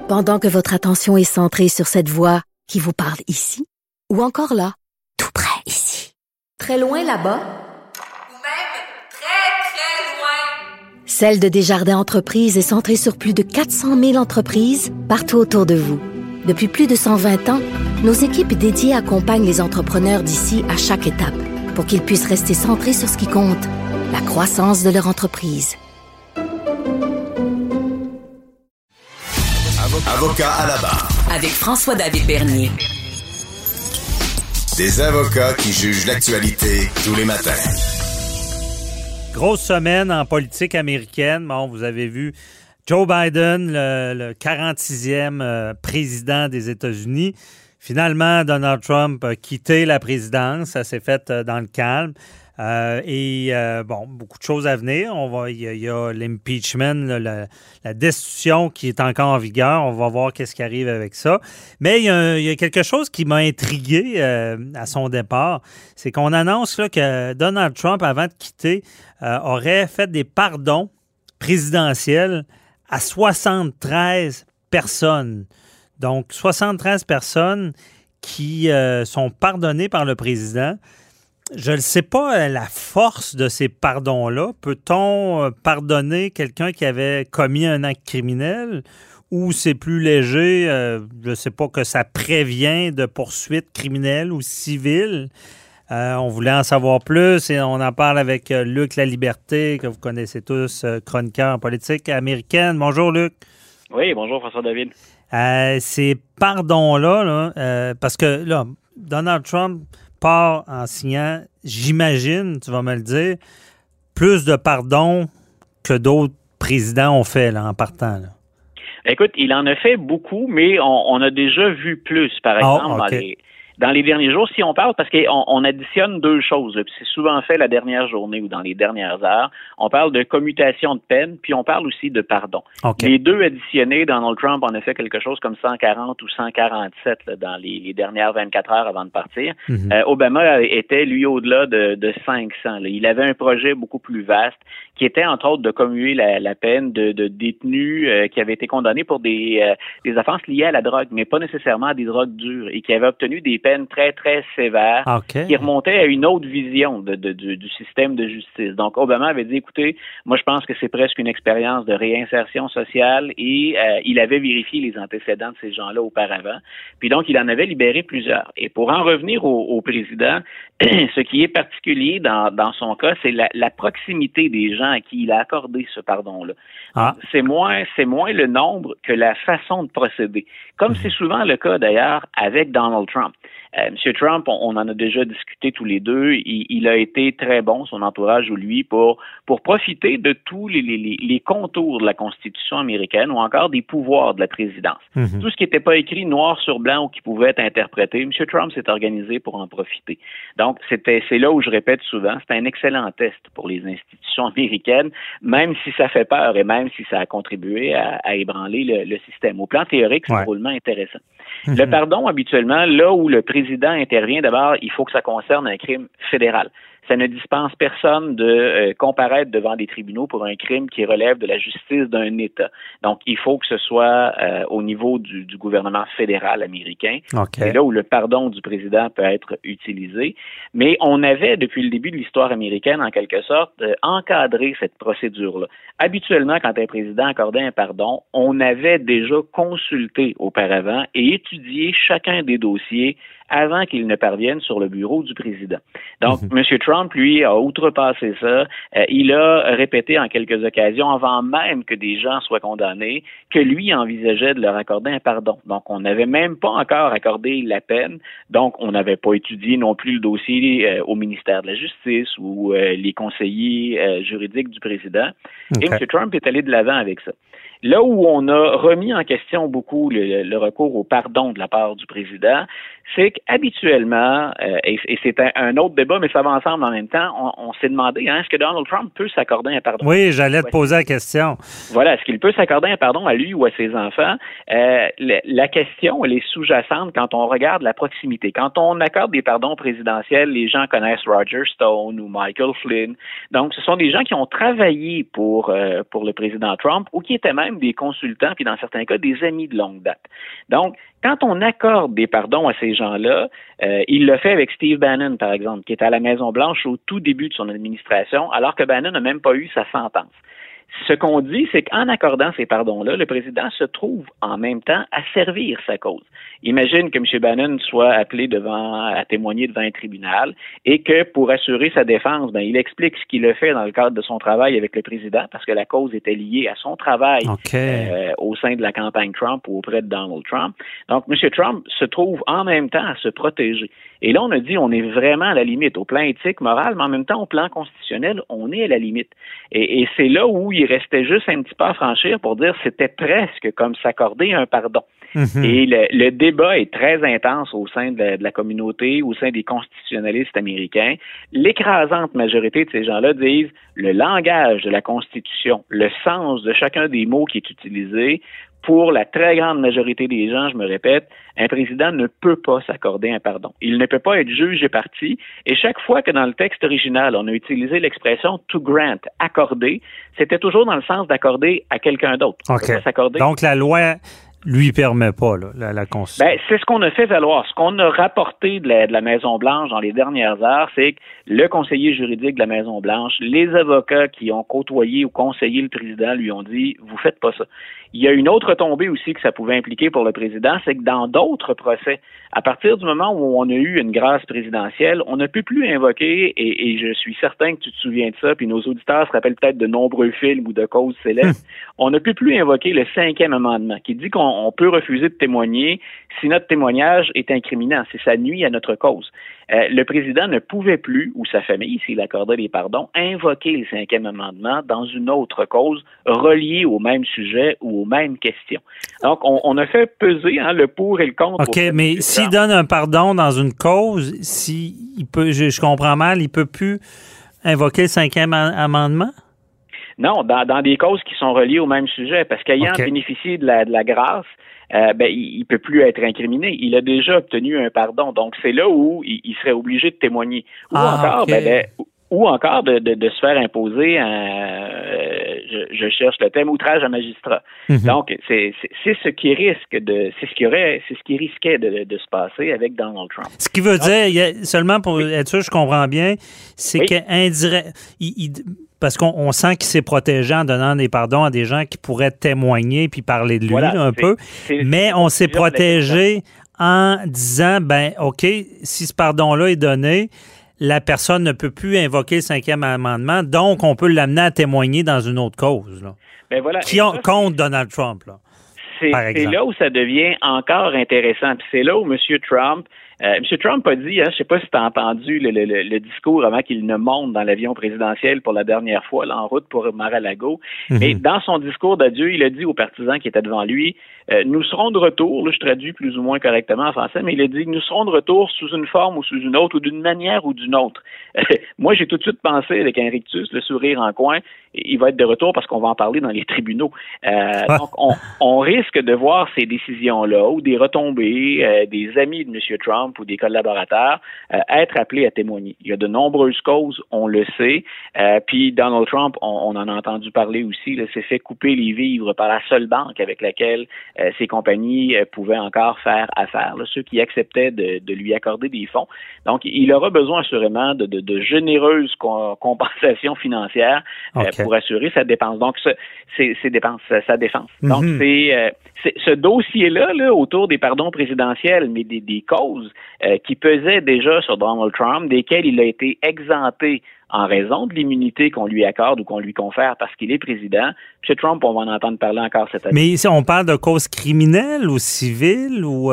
Pendant que votre attention est centrée sur cette voix qui vous parle ici, ou encore là, tout près ici, très loin là-bas, ou même très, très loin. Celle de Desjardins Entreprises est centrée sur plus de 400 000 entreprises partout autour de vous. Depuis plus de 120 ans, nos équipes dédiées accompagnent les entrepreneurs d'ici à chaque étape pour qu'ils puissent rester centrés sur ce qui compte, la croissance de leur entreprise. Avocat à la barre. Avec François-David Bernier. Des avocats qui jugent l'actualité tous les matins. Grosse semaine en politique américaine. Bon, vous avez vu Joe Biden, le 46e président des États-Unis. Finalement, Donald Trump a quitté la présidence. Ça s'est fait dans le calme. Beaucoup de choses à venir. Il y a l'impeachment, la destitution qui est encore en vigueur. On va voir qu'est-ce qui arrive avec ça. Mais il y a quelque chose qui m'a intrigué à son départ. C'est qu'on annonce là, que Donald Trump, avant de quitter, aurait fait des pardons présidentiels à 73 personnes. Donc, 73 personnes qui sont pardonnées par le président. Je ne sais pas la force de ces pardons-là. Peut-on pardonner quelqu'un qui avait commis un acte criminel ou c'est plus léger, je ne sais pas, que ça prévient de poursuites criminelles ou civiles? On voulait en savoir plus et on en parle avec Luc Laliberté, que vous connaissez tous, chroniqueur en politique américaine. Bonjour, Luc. Oui, bonjour, François-David. Ces pardons-là, parce que là, Donald Trump part en signant, j'imagine, tu vas me le dire, plus de pardons que d'autres présidents ont fait là, en partant. Là. Écoute, il en a fait beaucoup, mais on a déjà vu plus, par exemple, dans les derniers jours, si on parle, parce qu'on additionne deux choses, puis c'est souvent fait la dernière journée ou dans les dernières heures, on parle de commutation de peine, puis on parle aussi de pardon. Okay. Les deux additionnés, Donald Trump en a fait quelque chose comme 140 ou 147 là, dans les dernières 24 heures avant de partir. Mm-hmm. Obama était, lui, au-delà de 500. Là. Il avait un projet beaucoup plus vaste qui était, entre autres, de commuer la peine de détenus qui avaient été condamnés pour des offenses liées à la drogue, mais pas nécessairement à des drogues dures, et qui avaient obtenu des peines très, très sévères qui remontaient à une autre vision du système de justice. Donc, Obama avait dit, écoutez, moi, je pense que c'est presque une expérience de réinsertion sociale et il avait vérifié les antécédents de ces gens-là auparavant. Puis donc, il en avait libéré plusieurs. Et pour en revenir au président, ce qui est particulier dans son cas, c'est la proximité des gens à qui il a accordé ce pardon-là. C'est moins le nombre que la façon de procéder. Comme c'est souvent le cas, d'ailleurs, avec Donald Trump. M. Trump, on en a déjà discuté tous les deux, il a été très bon, son entourage ou lui, pour profiter de tous les contours de la Constitution américaine ou encore des pouvoirs de la présidence. Mm-hmm. Tout ce qui n'était pas écrit noir sur blanc ou qui pouvait être interprété, M. Trump s'est organisé pour en profiter. Donc, c'est là où je répète souvent, c'est un excellent test pour les institutions américaines, même si ça fait peur et même si ça a contribué à ébranler le système. Au plan théorique, c'est drôlement intéressant. Mm-hmm. Le pardon, habituellement, là où le président intervient, d'abord, il faut que ça concerne un crime fédéral. Ça ne dispense personne de comparaître devant des tribunaux pour un crime qui relève de la justice d'un État. Donc, il faut que ce soit au niveau du gouvernement fédéral américain. Okay. C'est là où le pardon du président peut être utilisé. Mais on avait, depuis le début de l'histoire américaine, en quelque sorte, encadré cette procédure-là. Habituellement, quand un président accordait un pardon, on avait déjà consulté auparavant et étudié chacun des dossiers avant qu'il ne parvienne sur le bureau du président. Donc, M. Trump, lui, a outrepassé ça. Il a répété en quelques occasions, avant même que des gens soient condamnés, que lui envisageait de leur accorder un pardon. Donc, on n'avait même pas encore accordé la peine. Donc, on n'avait pas étudié non plus le dossier au ministère de la Justice ou les conseillers juridiques du président. Okay. Et M. Trump est allé de l'avant avec ça. Là où on a remis en question beaucoup le recours au pardon de la part du président, c'est qu'habituellement, et c'est un autre débat, mais ça va ensemble en même temps, on s'est demandé, est-ce que Donald Trump peut s'accorder un pardon? Oui, j'allais te poser la question. Voilà, est-ce qu'il peut s'accorder un pardon à lui ou à ses enfants? La question, elle est sous-jacente quand on regarde la proximité. Quand on accorde des pardons présidentiels, les gens connaissent Roger Stone ou Michael Flynn. Donc, ce sont des gens qui ont travaillé pour le président Trump ou qui étaient même même des consultants, puis dans certains cas, des amis de longue date. Donc, quand on accorde des pardons à ces gens-là, il l'a fait avec Steve Bannon, par exemple, qui était à la Maison-Blanche au tout début de son administration, alors que Bannon n'a même pas eu sa sentence. Ce qu'on dit, c'est qu'en accordant ces pardons-là, le président se trouve en même temps à servir sa cause. Imagine que M. Bannon soit appelé à témoigner devant un tribunal et que pour assurer sa défense, il explique ce qu'il a fait dans le cadre de son travail avec le président parce que la cause était liée à son travail au sein de la campagne Trump ou auprès de Donald Trump. Donc, M. Trump se trouve en même temps à se protéger. Et là, on a dit on est vraiment à la limite, au plan éthique, moral, mais en même temps, au plan constitutionnel, on est à la limite. Et c'est là où il restait juste un petit pas à franchir pour dire c'était presque comme s'accorder un pardon. Mm-hmm. Et le débat est très intense au sein de la communauté, au sein des constitutionnalistes américains. L'écrasante majorité de ces gens-là disent le langage de la Constitution, le sens de chacun des mots qui est utilisé, pour la très grande majorité des gens, je me répète, un président ne peut pas s'accorder un pardon. Il ne peut pas être juge et partie. Et chaque fois que dans le texte original, on a utilisé l'expression to grant, accorder, c'était toujours dans le sens d'accorder à quelqu'un d'autre. Okay. Donc la loi lui permet pas, là, la Constitution. C'est ce qu'on a fait valoir. Ce qu'on a rapporté de la Maison-Blanche dans les dernières heures, c'est que le conseiller juridique de la Maison-Blanche, les avocats qui ont côtoyé ou conseillé le président lui ont dit « vous faites pas ça ». Il y a une autre tombée aussi que ça pouvait impliquer pour le président, c'est que dans d'autres procès, à partir du moment où on a eu une grâce présidentielle, on ne peut plus invoquer, et je suis certain que tu te souviens de ça, puis nos auditeurs se rappellent peut-être de nombreux films ou de causes célèbres, on ne peut plus invoquer le 5e amendement qui dit qu'on peut refuser de témoigner si notre témoignage est incriminant, si ça nuit à notre cause. Le président ne pouvait plus, ou sa famille, s'il accordait des pardons, invoquer le 5e amendement dans une autre cause reliée au même sujet ou aux mêmes questions. Donc, on a fait peser le pour et le contre. OK, mais s'il donne un pardon dans une cause, il peut, je comprends mal, il peut plus invoquer le 5e amendement? Non, dans des causes qui sont reliées au même sujet, parce qu'ayant bénéficié de la grâce, il peut plus être incriminé. Il a déjà obtenu un pardon. Donc, c'est là où il serait obligé de témoigner. Ou encore de se faire imposer je cherche le thème, outrage à magistrat. Mm-hmm. Donc, c'est ce qui risquait de se passer avec Donald Trump. Ce qui veut dire, seulement pour être sûr, je comprends bien, c'est qu'indirect, parce qu'on sent qu'il s'est protégé en donnant des pardons à des gens qui pourraient témoigner puis parler de lui un peu, mais on s'est protégé en disant, OK, si ce pardon-là est donné, la personne ne peut plus invoquer le 5e amendement, donc on peut l'amener à témoigner dans une autre cause. Là, contre Donald Trump. Là, c'est là où ça devient encore intéressant. Puis c'est là où M. Trump a dit, je ne sais pas si tu as entendu le discours avant qu'il ne monte dans l'avion présidentiel pour la dernière fois, là, en route pour Mar-a-Lago. Mm-hmm. Mais dans son discours d'adieu, il a dit aux partisans qui étaient devant lui, nous serons de retour, là, je traduis plus ou moins correctement en français, mais il a dit, nous serons de retour sous une forme ou sous une autre, ou d'une manière ou d'une autre. Moi, j'ai tout de suite pensé avec un rictus, le sourire en coin, il va être de retour parce qu'on va en parler dans les tribunaux. Donc, on risque de voir ces décisions-là, ou des retombées, des amis de M. Trump ou des collaborateurs, être appelés à témoigner. Il y a de nombreuses causes, on le sait, puis Donald Trump, on en a entendu parler aussi, s'est fait couper les vivres par la seule banque avec laquelle ces compagnies pouvaient encore faire affaire, ceux qui acceptaient de lui accorder des fonds. Donc, il aura besoin assurément de généreuses compensations financières pour assurer sa dépense. Donc, sa défense. Mm-hmm. Donc, c'est ce dossier-là, autour des pardons présidentiels, mais des causes qui pesaient déjà sur Donald Trump, desquelles il a été exempté en raison de l'immunité qu'on lui accorde ou qu'on lui confère parce qu'il est président. M. Trump, on va en entendre parler encore cette année. Mais on parle de cause criminelle ou civile ou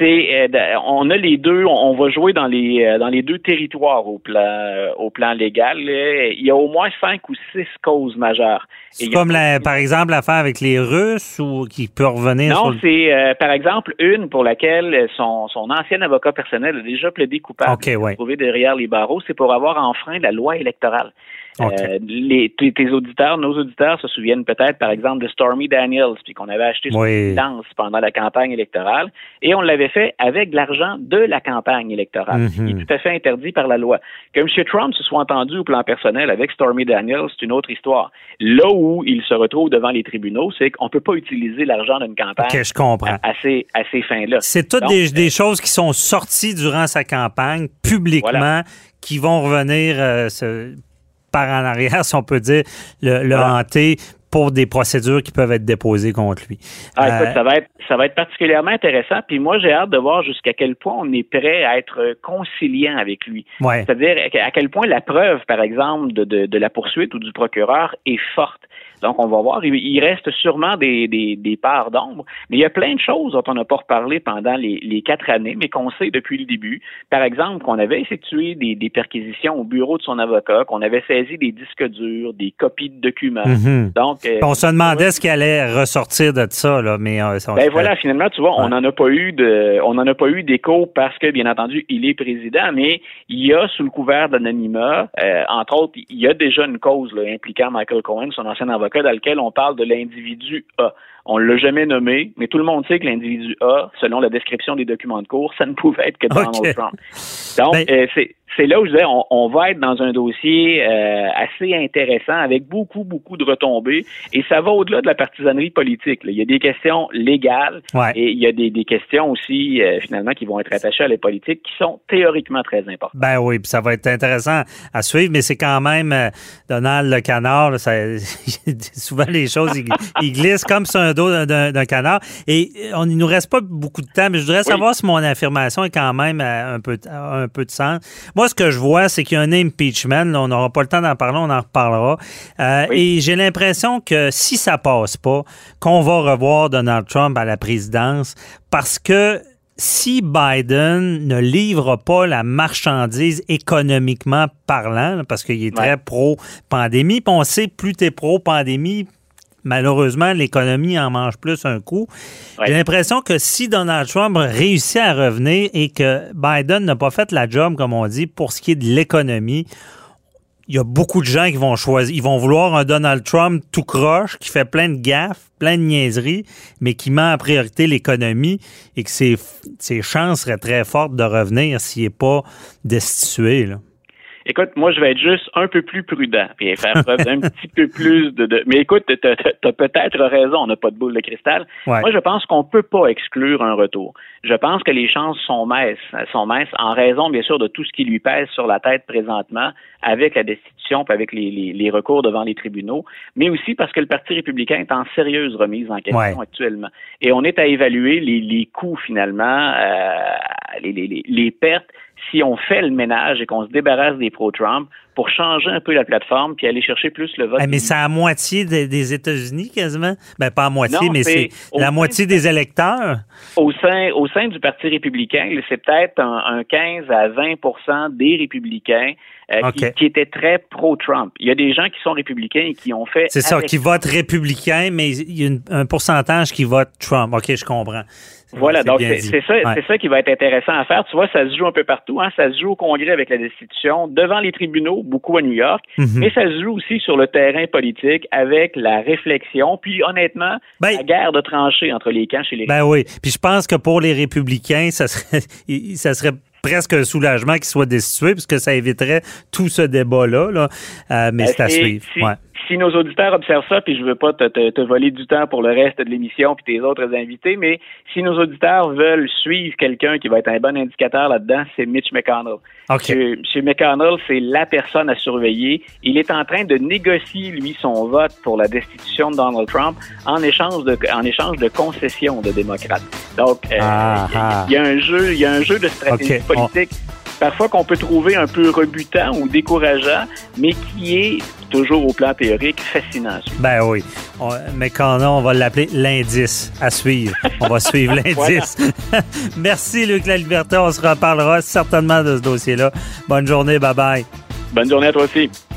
on a les deux. On va jouer dans les deux territoires au plan légal. Il y a au moins 5 ou 6 causes majeures. C'est comme par exemple l'affaire avec les Russes ou qui peut revenir. Non, c'est par exemple une pour laquelle son ancien avocat personnel a déjà plaidé coupable. Okay, trouvé derrière les barreaux. C'est pour avoir enfreint la loi électorale. Okay. Nos auditeurs se souviennent peut-être, par exemple, de Stormy Daniels, puis qu'on avait acheté son silence pendant la campagne électorale, et on l'avait fait avec de l'argent de la campagne électorale, ce qui est tout à fait interdit par la loi. Que M. Trump se soit entendu au plan personnel avec Stormy Daniels, c'est une autre histoire. Là où il se retrouve devant les tribunaux, c'est qu'on ne peut pas utiliser l'argent d'une campagne je comprends. À ces fins-là. C'est toutes des choses qui sont sorties durant sa campagne, publiquement, qui vont revenir par en arrière, si on peut dire, le hanter pour des procédures qui peuvent être déposées contre lui. Écoute, ça va être particulièrement intéressant. Puis moi, j'ai hâte de voir jusqu'à quel point on est prêt à être conciliant avec lui. Ouais. C'est-à-dire à quel point la preuve, par exemple, de la poursuite ou du procureur est forte. Donc, on va voir. Il reste sûrement des parts d'ombre, mais il y a plein de choses dont on n'a pas reparlé pendant les 4 années, mais qu'on sait depuis le début. Par exemple, qu'on avait effectué des perquisitions au bureau de son avocat, qu'on avait saisi des disques durs, des copies de documents. Mm-hmm. Donc, on se demandait ce qui allait ressortir de ça, là, mais voilà, finalement, tu vois, on n'en a pas eu d'écho parce que, bien entendu, il est président, mais il y a, sous le couvert d'anonymat, entre autres, il y a déjà une cause là, impliquant Michael Cohen, son ancien avocat, dans lequel on parle de l'individu A. On ne l'a jamais nommé, mais tout le monde sait que l'individu A, selon la description des documents de cours, ça ne pouvait être que Donald Trump. Donc, c'est là où je disais, on va être dans un dossier assez intéressant avec beaucoup de retombées et ça va au-delà de la partisanerie politique. Là. Il y a des questions légales et il y a des questions aussi, finalement, qui vont être attachées à la politique qui sont théoriquement très importantes. Ben oui, puis ça va être intéressant à suivre, mais c'est quand même Donald le canard, là, souvent les choses, ils glissent comme sur un dos d'un canard et il nous reste pas beaucoup de temps, mais je voudrais savoir si mon affirmation est quand même un peu de sens. Moi, ce que je vois, c'est qu'il y a un impeachment. Là, on n'aura pas le temps d'en parler, on en reparlera. Et j'ai l'impression que si ça passe pas, qu'on va revoir Donald Trump à la présidence parce que si Biden ne livre pas la marchandise économiquement parlant, là, parce qu'il est très pro-pandémie, puis on sait, plus t'es pro-pandémie, malheureusement, l'économie en mange plus un coup. J'ai l'impression que si Donald Trump réussit à revenir et que Biden n'a pas fait la job, comme on dit, pour ce qui est de l'économie, il y a beaucoup de gens qui vont choisir. Ils vont vouloir un Donald Trump tout croche, qui fait plein de gaffes, plein de niaiseries, mais qui met en priorité l'économie et que ses chances seraient très fortes de revenir s'il n'est pas destitué, là. Écoute, moi, je vais être juste un peu plus prudent et faire preuve d'un petit peu plus de... Mais écoute, t'as peut-être raison, on n'a pas de boule de cristal. Ouais. Moi, je pense qu'on peut pas exclure un retour. Je pense que les chances sont minces en raison, bien sûr, de tout ce qui lui pèse sur la tête présentement avec la destitution puis avec les recours devant les tribunaux, mais aussi parce que le Parti républicain est en sérieuse remise en question actuellement. Et on est à évaluer les coûts, finalement, les pertes, si on fait le ménage et qu'on se débarrasse des pro-Trump pour changer un peu la plateforme puis aller chercher plus le vote. Mais c'est à moitié des États-Unis quasiment? Ben pas à moitié, mais c'est la moitié des électeurs. Au sein du Parti républicain, c'est peut-être un 15 à 20% des républicains qui étaient très pro-Trump. Il y a des gens qui sont républicains et qui ont fait... C'est ça, qui votent républicain, mais il y a un pourcentage qui vote Trump. OK, je comprends. Voilà, donc c'est ça qui va être intéressant à faire. Tu vois, ça se joue un peu partout. Hein? Ça se joue au Congrès avec la destitution, devant les tribunaux, beaucoup à New York, mais ça se joue aussi sur le terrain politique avec la réflexion, puis honnêtement, la guerre de tranchées entre les camps chez les républicains. Ben oui, puis je pense que pour les républicains, ça serait presque un soulagement qu'il soit destitué, puisque ça éviterait tout ce débat-là. Là. Mais c'est à suivre. Si nos auditeurs observent ça, puis je veux pas te voler du temps pour le reste de l'émission puis tes autres invités, mais si nos auditeurs veulent suivre quelqu'un qui va être un bon indicateur là-dedans, c'est Mitch McConnell. Okay. Chez McConnell, c'est la personne à surveiller. Il est en train de négocier, lui, son vote pour la destitution de Donald Trump en échange de concessions de démocrates. Donc, il y a un jeu de stratégie politique. Parfois qu'on peut trouver un peu rebutant ou décourageant, mais qui est toujours au plan théorique fascinant. Ben oui. McConnell, on va l'appeler l'indice à suivre. On va suivre l'indice. Merci, Luc La Liberté. On se reparlera certainement de ce dossier-là. Bonne journée. Bye-bye. Bonne journée à toi aussi.